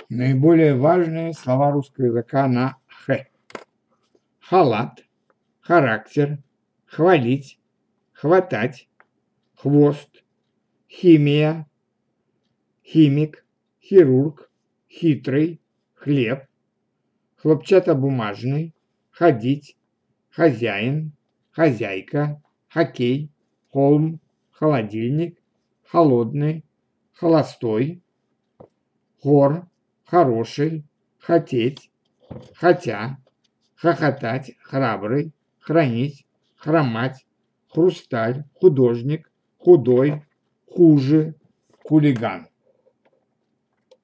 Наиболее важные слова русского языка на «х». Халат, характер, хвалить, хватать, хвост, химия, химик, хирург, хитрый, хлеб, хлопчатобумажный, ходить, хозяин, хозяйка, хоккей, холм, холодильник, холодный, холостой, хор, хороший, хотеть, хотя, хохотать, храбрый, хранить, хромать, хрусталь, художник, худой, хуже, хулиган.